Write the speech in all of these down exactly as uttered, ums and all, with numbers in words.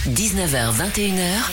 dix-neuf heures vingt et une heures.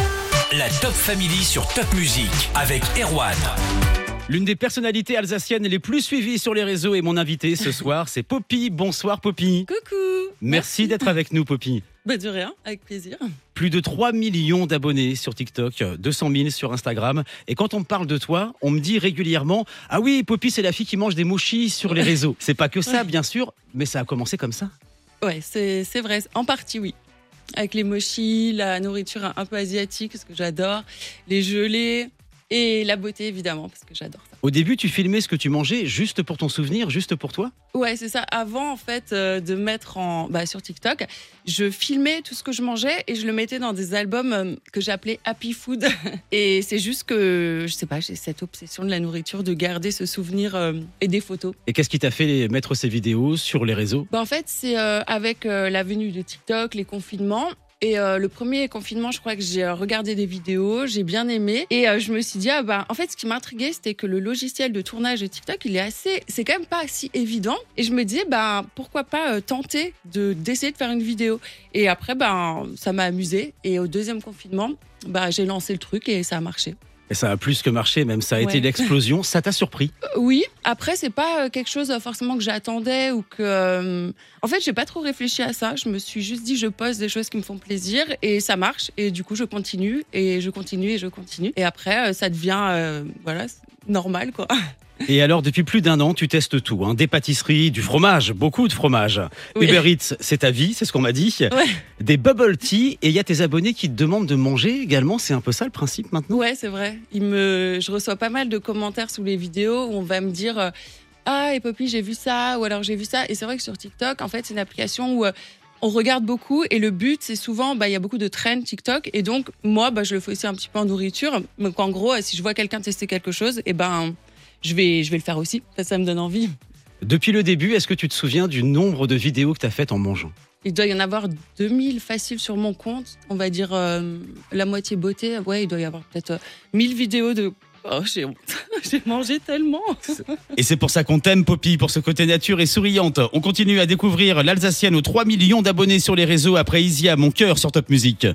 La Top Family sur Top Music avec Erwan. L'une des personnalités alsaciennes les plus suivies sur les réseaux est mon invitée ce soir, c'est Poppy. Bonsoir Poppy. Coucou. Merci, Merci. d'être avec nous Poppy. Bah de rien, avec plaisir. Plus de trois millions d'abonnés sur TikTok, deux cent mille sur Instagram. Et quand on me parle de toi, on me dit régulièrement « Ah oui, Poppy, c'est la fille qui mange des mochis sur les réseaux. » C'est pas que ça, Ouais. bien sûr, mais ça a commencé comme ça. Ouais, c'est, c'est vrai, en partie oui. Avec les mochis, la nourriture un peu asiatique, parce que j'adore, les gelées et la beauté évidemment, parce que j'adore ça. Au début, tu filmais ce que tu mangeais juste pour ton souvenir, juste pour toi ? Ouais, c'est ça. Avant, en fait, euh, de mettre en, bah, sur TikTok, je filmais tout ce que je mangeais et je le mettais dans des albums euh, que j'appelais Happy Food. Et c'est juste que, je sais pas, j'ai cette obsession de la nourriture, de garder ce souvenir euh, et des photos. Et qu'est-ce qui t'a fait mettre ces vidéos sur les réseaux ? Bah, en fait, c'est euh, avec euh, la venue de TikTok, les confinements. Et euh, le premier confinement, je crois que j'ai euh, regardé des vidéos, j'ai bien aimé. Et euh, je me suis dit, ah bah, en fait, ce qui m'intriguait, c'était que le logiciel de tournage de TikTok, il est assez, c'est quand même pas si évident. Et je me disais, bah, pourquoi pas euh, tenter de, d'essayer de faire une vidéo. Et après, bah, ça m'a amusé. Et au deuxième confinement, bah, j'ai lancé le truc et ça a marché. Et ça a plus que marché, même ça a Ouais. été l'explosion. Ça t'a surpris ? Euh, Oui, après, c'est pas euh, quelque chose euh, forcément que j'attendais ou que. euh, En fait, j'ai pas trop réfléchi à ça. Je me suis juste dit, je poste des choses qui me font plaisir et ça marche. Et du coup, je continue et je continue et je continue. Et après, euh, ça devient, euh, voilà, c'est normal, quoi. Et alors, depuis plus d'un an, tu testes tout, hein. Des pâtisseries, du fromage, beaucoup de fromage. Oui. Uber Eats, c'est ta vie, c'est ce qu'on m'a dit. Ouais. Des bubble tea, et il y a tes abonnés qui te demandent de manger également. C'est un peu ça le principe maintenant ? Ouais, c'est vrai. Il me... Je reçois pas mal de commentaires sous les vidéos où on va me dire euh, ah, et Poppy, j'ai vu ça, ou alors j'ai vu ça. Et c'est vrai que sur TikTok, en fait, c'est une application où. euh, On regarde beaucoup et le but, c'est souvent, bah, il y a beaucoup de trends TikTok et donc moi, bah, je le fais aussi un petit peu en nourriture. Donc en gros, si je vois quelqu'un tester quelque chose, et ben, je vais, je vais le faire aussi. Ça, ça me donne envie. Depuis le début, est-ce que tu te souviens du nombre de vidéos que tu as faites en mangeant ? Il doit y en avoir deux mille faciles sur mon compte. On va dire euh, la moitié beauté. Ouais, il doit y avoir peut-être euh, mille vidéos de. Oh, j'ai honte. J'ai mangé tellement. Et c'est pour ça qu'on t'aime, Poppy, pour ce côté nature et souriante. On continue à découvrir l'Alsacienne aux trois millions d'abonnés sur les réseaux après Isia, mon cœur sur Top Music.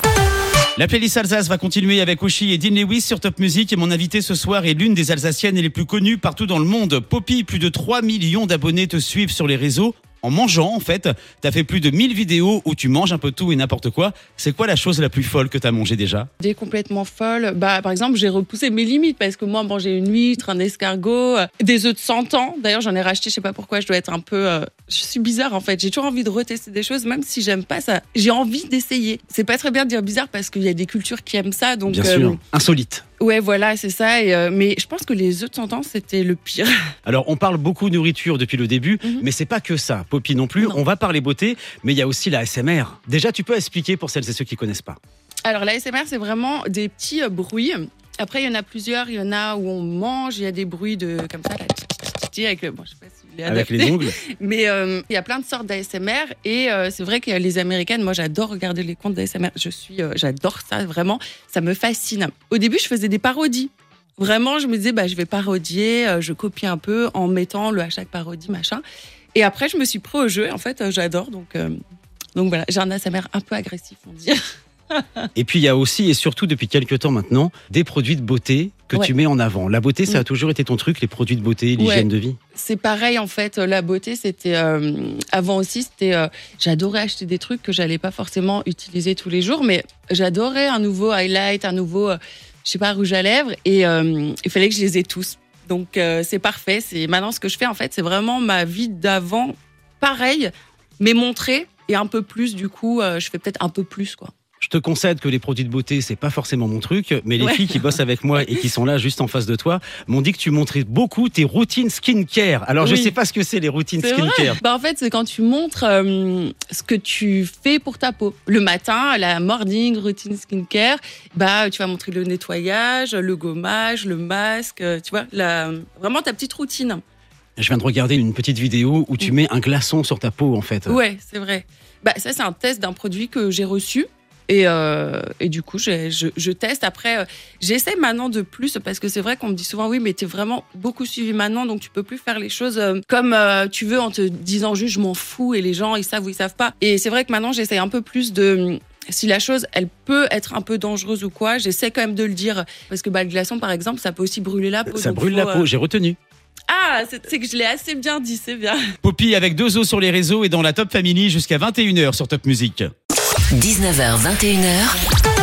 La playlist Alsace va continuer avec Oshi et Dean Lewis sur Top Music. Et mon invité ce soir est l'une des Alsaciennes les plus connues partout dans le monde. Poppy, plus de trois millions d'abonnés te suivent sur les réseaux. En mangeant, en fait, t'as fait plus de mille vidéos où tu manges un peu tout et n'importe quoi. C'est quoi la chose la plus folle que t'as mangé déjà ? Des complètement folles. Bah, par exemple, j'ai repoussé mes limites parce que moi, manger une huître, un escargot, euh, des œufs de cent ans. D'ailleurs, j'en ai racheté, je sais pas pourquoi, je dois être un peu. Euh, je suis bizarre en fait. J'ai toujours envie de retester des choses, même si j'aime pas ça. J'ai envie d'essayer. C'est pas très bien de dire bizarre parce qu'il y a des cultures qui aiment ça. Donc, Bien euh, sûr, insolite. Ouais, voilà, c'est ça. Et, euh, mais je pense que les œufs de cent ans, c'était le pire. Alors, on parle beaucoup nourriture depuis le début, Mhm. mais c'est pas que ça, Poppy non plus. Non. On va parler beauté, mais il y a aussi la A S M R. Déjà, tu peux expliquer pour celles et ceux qui connaissent pas. Alors, l'A S M R, c'est vraiment des petits euh, bruits. Après, il y en a plusieurs. Il y en a où on mange. Il y a des bruits de comme ça, là, avec le. Bon, je sais pas si je l'ai Avec adapté. les ongles. Mais euh, il y a plein de sortes d'A S M R et euh, c'est vrai que les Américaines, moi j'adore regarder les comptes d'A S M R. Je suis, euh, j'adore ça vraiment, ça me fascine. Au début, je faisais des parodies. Vraiment, je me disais, bah, je vais parodier, euh, je copie un peu en mettant le hashtag parodie, machin. Et après, je me suis pris au jeu. En fait, euh, j'adore. Donc, euh, donc voilà, j'ai un A S M R un peu agressif, on dit. Et puis, il y a aussi, et surtout depuis quelques temps maintenant, des produits de beauté que Ouais. tu mets en avant. La beauté, ça a Mm. toujours été ton truc, les produits de beauté, l'hygiène Ouais. de vie. C'est pareil en fait, la beauté c'était euh, avant aussi c'était euh, j'adorais acheter des trucs que j'allais pas forcément utiliser tous les jours mais j'adorais un nouveau highlight, un nouveau euh, je sais pas rouge à lèvres et euh, il fallait que je les ai tous. Donc euh, c'est parfait, c'est maintenant ce que je fais en fait, c'est vraiment ma vie d'avant pareil mais montré et un peu plus du coup euh, je fais peut-être un peu plus quoi. Je te concède que les produits de beauté, c'est pas forcément mon truc, mais les Ouais. filles qui bossent avec moi et qui sont là juste en face de toi m'ont dit que tu montrais beaucoup tes routines skincare. Alors, je Oui. sais pas ce que c'est les routines C'est vrai. skincare. Bah en fait, c'est quand tu montres euh, ce que tu fais pour ta peau. Le matin, la morning routine skincare, bah tu vas montrer le nettoyage, le gommage, le masque, euh, tu vois, la, vraiment ta petite routine. Je viens de regarder une petite vidéo où tu mets un glaçon sur ta peau, en fait. Ouais, c'est vrai. Bah ça, c'est un test d'un produit que j'ai reçu. Et, euh, et du coup, j'ai- je, je teste. Après, euh, j'essaie maintenant de plus parce que c'est vrai qu'on me dit souvent oui, mais t'es vraiment beaucoup suivi maintenant, donc tu peux plus faire les choses euh, comme euh, tu veux en te disant juste je m'en fous et les gens ils savent ou ils savent pas. Et c'est vrai que maintenant j'essaie un peu plus de si la chose, elle peut être un peu dangereuse ou quoi, j'essaie quand même de le dire. Parce que bah, le glaçon, par exemple, ça peut aussi brûler la peau. Ça donc brûle faut, la peau, euh, j'ai retenu. Ah, c'est, c'est que je l'ai assez bien dit, c'est bien. Poppy avec deux os sur les réseaux et dans la Top Family jusqu'à vingt et une heures sur Top Music. dix-neuf heures, vingt et une heures.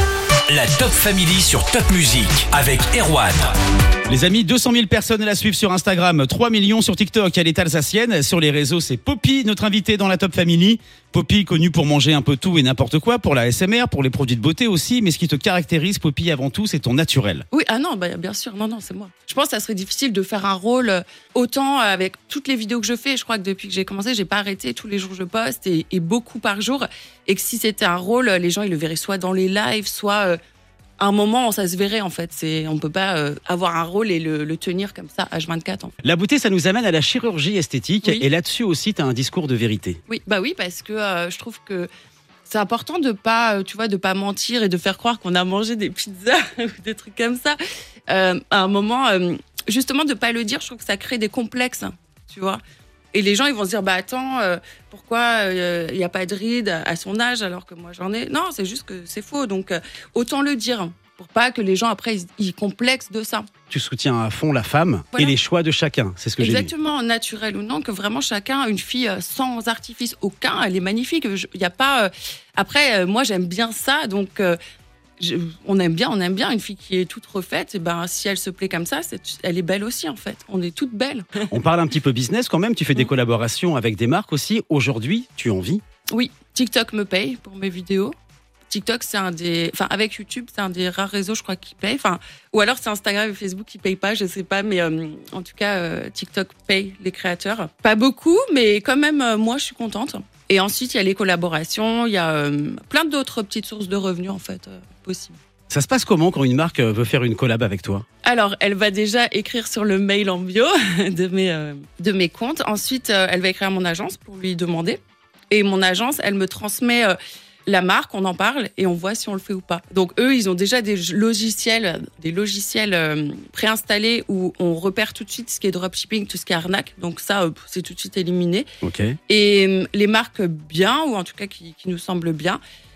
La Top Family sur Top Music avec Erwan. Les amis, deux cent mille personnes la suivent sur Instagram, trois millions sur TikTok, elle est alsacienne. Sur les réseaux, c'est Poppy, notre invitée dans la Top Family. Poppy, connue pour manger un peu tout et n'importe quoi, pour la S M R, pour les produits de beauté aussi. Mais ce qui te caractérise, Poppy, avant tout, c'est ton naturel. Oui, ah non, bah, bien sûr, non, non, c'est moi. Je pense que ça serait difficile de faire un rôle autant avec toutes les vidéos que je fais. Je crois que depuis que j'ai commencé, j'ai pas arrêté. Tous les jours, je poste et, et beaucoup par jour. Et que si c'était un rôle, les gens, ils le verraient soit dans les lives, soit... Euh, à un moment, ça se verrait en fait. C'est, on peut pas euh, avoir un rôle et le, le tenir comme ça H vingt-quatre. En fait. La beauté, ça nous amène à la chirurgie esthétique. Oui. Et là-dessus aussi, tu as un discours de vérité. Oui, bah oui, parce que euh, je trouve que c'est important de pas, euh, tu vois, de pas mentir et de faire croire qu'on a mangé des pizzas ou des trucs comme ça. Euh, à un moment, euh, justement, de pas le dire, je trouve que ça crée des complexes, tu vois. Et les gens, ils vont se dire, bah attends, euh, pourquoi il euh, n'y a pas de rides à son âge alors que moi j'en ai ? Non, c'est juste que c'est faux. Donc, euh, autant le dire pour pas que les gens, après, ils, ils complexent de ça. Tu soutiens à fond la femme Voilà. et les choix de chacun, c'est ce que j'ai dit. Exactement, naturel ou non, que vraiment chacun, une fille euh, sans artifice aucun, elle est magnifique. Il y a pas... Euh... Après, euh, moi, j'aime bien ça, donc... Euh, Je, on aime bien, on aime bien une fille qui est toute refaite. Et ben, si elle se plaît comme ça, c'est, elle est belle aussi en fait. On est toutes belles. On parle un petit peu business quand même. Tu fais des collaborations avec des marques aussi. Aujourd'hui, tu en vis ? Oui, TikTok me paye pour mes vidéos. TikTok, c'est un des, enfin avec YouTube, c'est un des rares réseaux, je crois, qui paye. Enfin, ou alors c'est Instagram et Facebook qui payent pas, je sais pas. Mais euh, en tout cas, euh, TikTok paye les créateurs. Pas beaucoup, mais quand même, euh, moi, je suis contente. Et ensuite, il y a les collaborations, il y a euh, plein d'autres petites sources de revenus en fait. Euh, possible. Ça se passe comment quand une marque veut faire une collab avec toi ? Alors, elle va déjà écrire sur le mail en bio de mes, euh, de mes comptes. Ensuite, euh, elle va écrire à mon agence pour lui demander. Et mon agence, elle me transmet euh, la marque, on en parle et on voit si on le fait ou pas. Donc, eux, ils ont déjà des logiciels, des logiciels euh, préinstallés où on repère tout de suite ce qui est dropshipping, tout ce qui est arnaque. Donc ça, euh, c'est tout de suite éliminé. Okay. Et euh, les marques bien, ou en tout cas qui, qui nous semblent bien,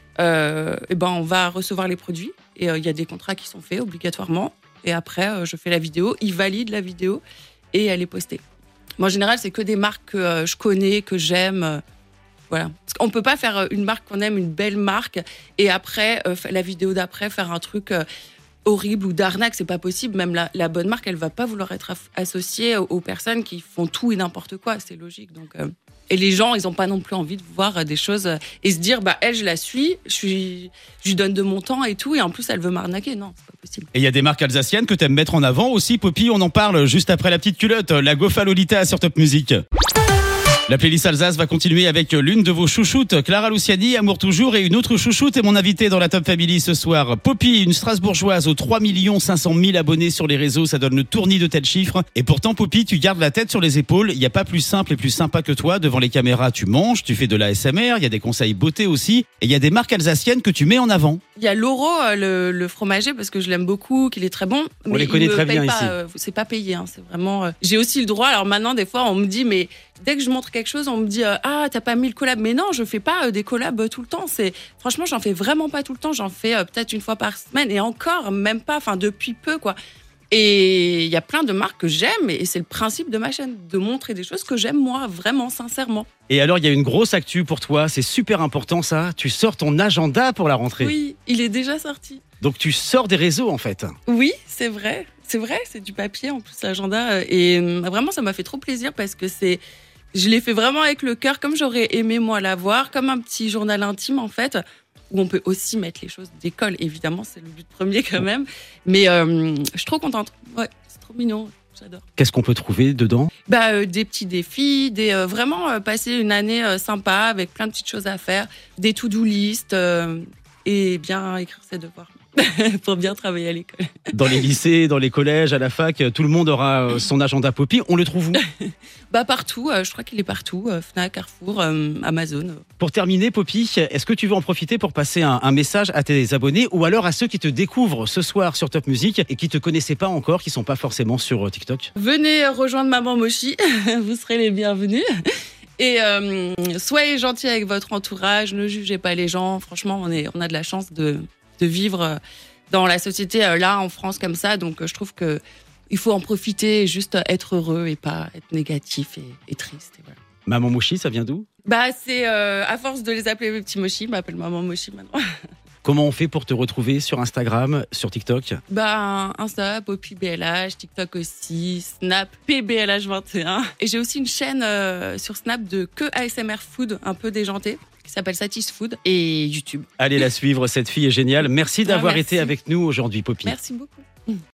Euh, et ben on va recevoir les produits et il euh, y a des contrats qui sont faits obligatoirement et après euh, je fais la vidéo, ils valident la vidéo et elle est postée. Moi en général c'est que des marques que euh, je connais, que j'aime, euh, voilà. Parce qu'on peut pas faire une marque qu'on aime, une belle marque et après euh, la vidéo d'après faire un truc euh, horrible ou d'arnaque, c'est pas possible. Même la, la bonne marque elle va pas vouloir être associée aux, aux personnes qui font tout et n'importe quoi, c'est logique donc. Euh, Et les gens, ils n'ont pas non plus envie de voir des choses et se dire, bah elle, je la suis, je, suis, je lui donne de mon temps et tout, et en plus, elle veut m'arnaquer. Non, c'est pas possible. Et il y a des marques alsaciennes que tu aimes mettre en avant aussi, Poppy, on en parle juste après la petite culotte, la Gofa Lolita sur Top Music. La playlist Alsace va continuer avec l'une de vos chouchoutes, Clara Luciani, Amour toujours, et une autre chouchoute est mon invitée dans la Top Family ce soir. Poppy, une Strasbourgeoise aux trois millions cinq cent mille abonnés sur les réseaux, ça donne le tournis de tels chiffres. Et pourtant, Poppy, tu gardes la tête sur les épaules. Il n'y a pas plus simple et plus sympa que toi. Devant les caméras, tu manges, tu fais de la S M R, il y a des conseils beauté aussi. Et il y a des marques alsaciennes que tu mets en avant. Il y a Loro, le, le fromager, parce que je l'aime beaucoup, qu'il est très bon. On mais les connaît il me très paye bien pas, ici. Euh, c'est pas payé, hein, c'est vraiment... Euh... J'ai aussi le droit, alors maintenant, des fois, on me dit, mais dès que je montre quelque chose, on me dit euh, ah, t'as pas mis le collab. Mais non, je fais pas euh, des collabs euh, tout le temps. C'est... Franchement, j'en fais vraiment pas tout le temps. J'en fais euh, peut-être une fois par semaine et encore, même pas, enfin, depuis peu, quoi. Et il y a plein de marques que j'aime et c'est le principe de ma chaîne, de montrer des choses que j'aime moi, vraiment, sincèrement. Et alors, il y a une grosse actu pour toi, c'est super important ça. Tu sors ton agenda pour la rentrée. Oui, il est déjà sorti. Donc tu sors des réseaux en fait. Oui, c'est vrai. C'est vrai, c'est du papier en plus, l'agenda. Et vraiment, ça m'a fait trop plaisir parce que c'est... Je l'ai fait vraiment avec le cœur, comme j'aurais aimé moi l'avoir, comme un petit journal intime en fait, où on peut aussi mettre les choses d'école, évidemment, c'est le but premier quand même. Mais euh, je suis trop contente. Ouais, c'est trop mignon. J'adore. Qu'est-ce qu'on peut trouver dedans ? Bah, euh, des petits défis, des, euh, vraiment euh, passer une année euh, sympa avec plein de petites choses à faire, des to-do list euh, et bien écrire ses devoirs pour bien travailler à l'école. Dans les lycées, dans les collèges, à la fac, tout le monde aura son agenda Poppy. On le trouve où ? Bah partout, euh, je crois qu'il est partout, euh, Fnac, Carrefour, euh, Amazon. Pour terminer, Poppy, est-ce que tu veux en profiter pour passer un, un message à tes abonnés ou alors à ceux qui te découvrent ce soir sur Top Music et qui te connaissaient pas encore, qui sont pas forcément sur TikTok ? Venez rejoindre Maman Mochi, vous serez les bienvenus. Et euh, soyez gentils avec votre entourage, ne jugez pas les gens. Franchement, on, est, on a de la chance de, de vivre dans la société là, en France, comme ça. Donc, je trouve que il faut en profiter et juste être heureux et pas être négatif et, et triste. Et voilà. Maman Mochi, ça vient d'où? Bah, c'est euh, à force de les appeler mes petits Mochi, ils m'appellent Maman Mochi maintenant. Comment on fait pour te retrouver sur Instagram, sur TikTok? Bah, Insta, Poppy B L H, TikTok aussi, Snap, P B L H vingt et un. Et j'ai aussi une chaîne euh, sur Snap de que A S M R food, un peu déjantée, qui s'appelle Satis Food, et YouTube. Allez la suivre, cette fille est géniale. Merci d'avoir Ah, merci. été avec nous aujourd'hui, Poppy. Merci beaucoup.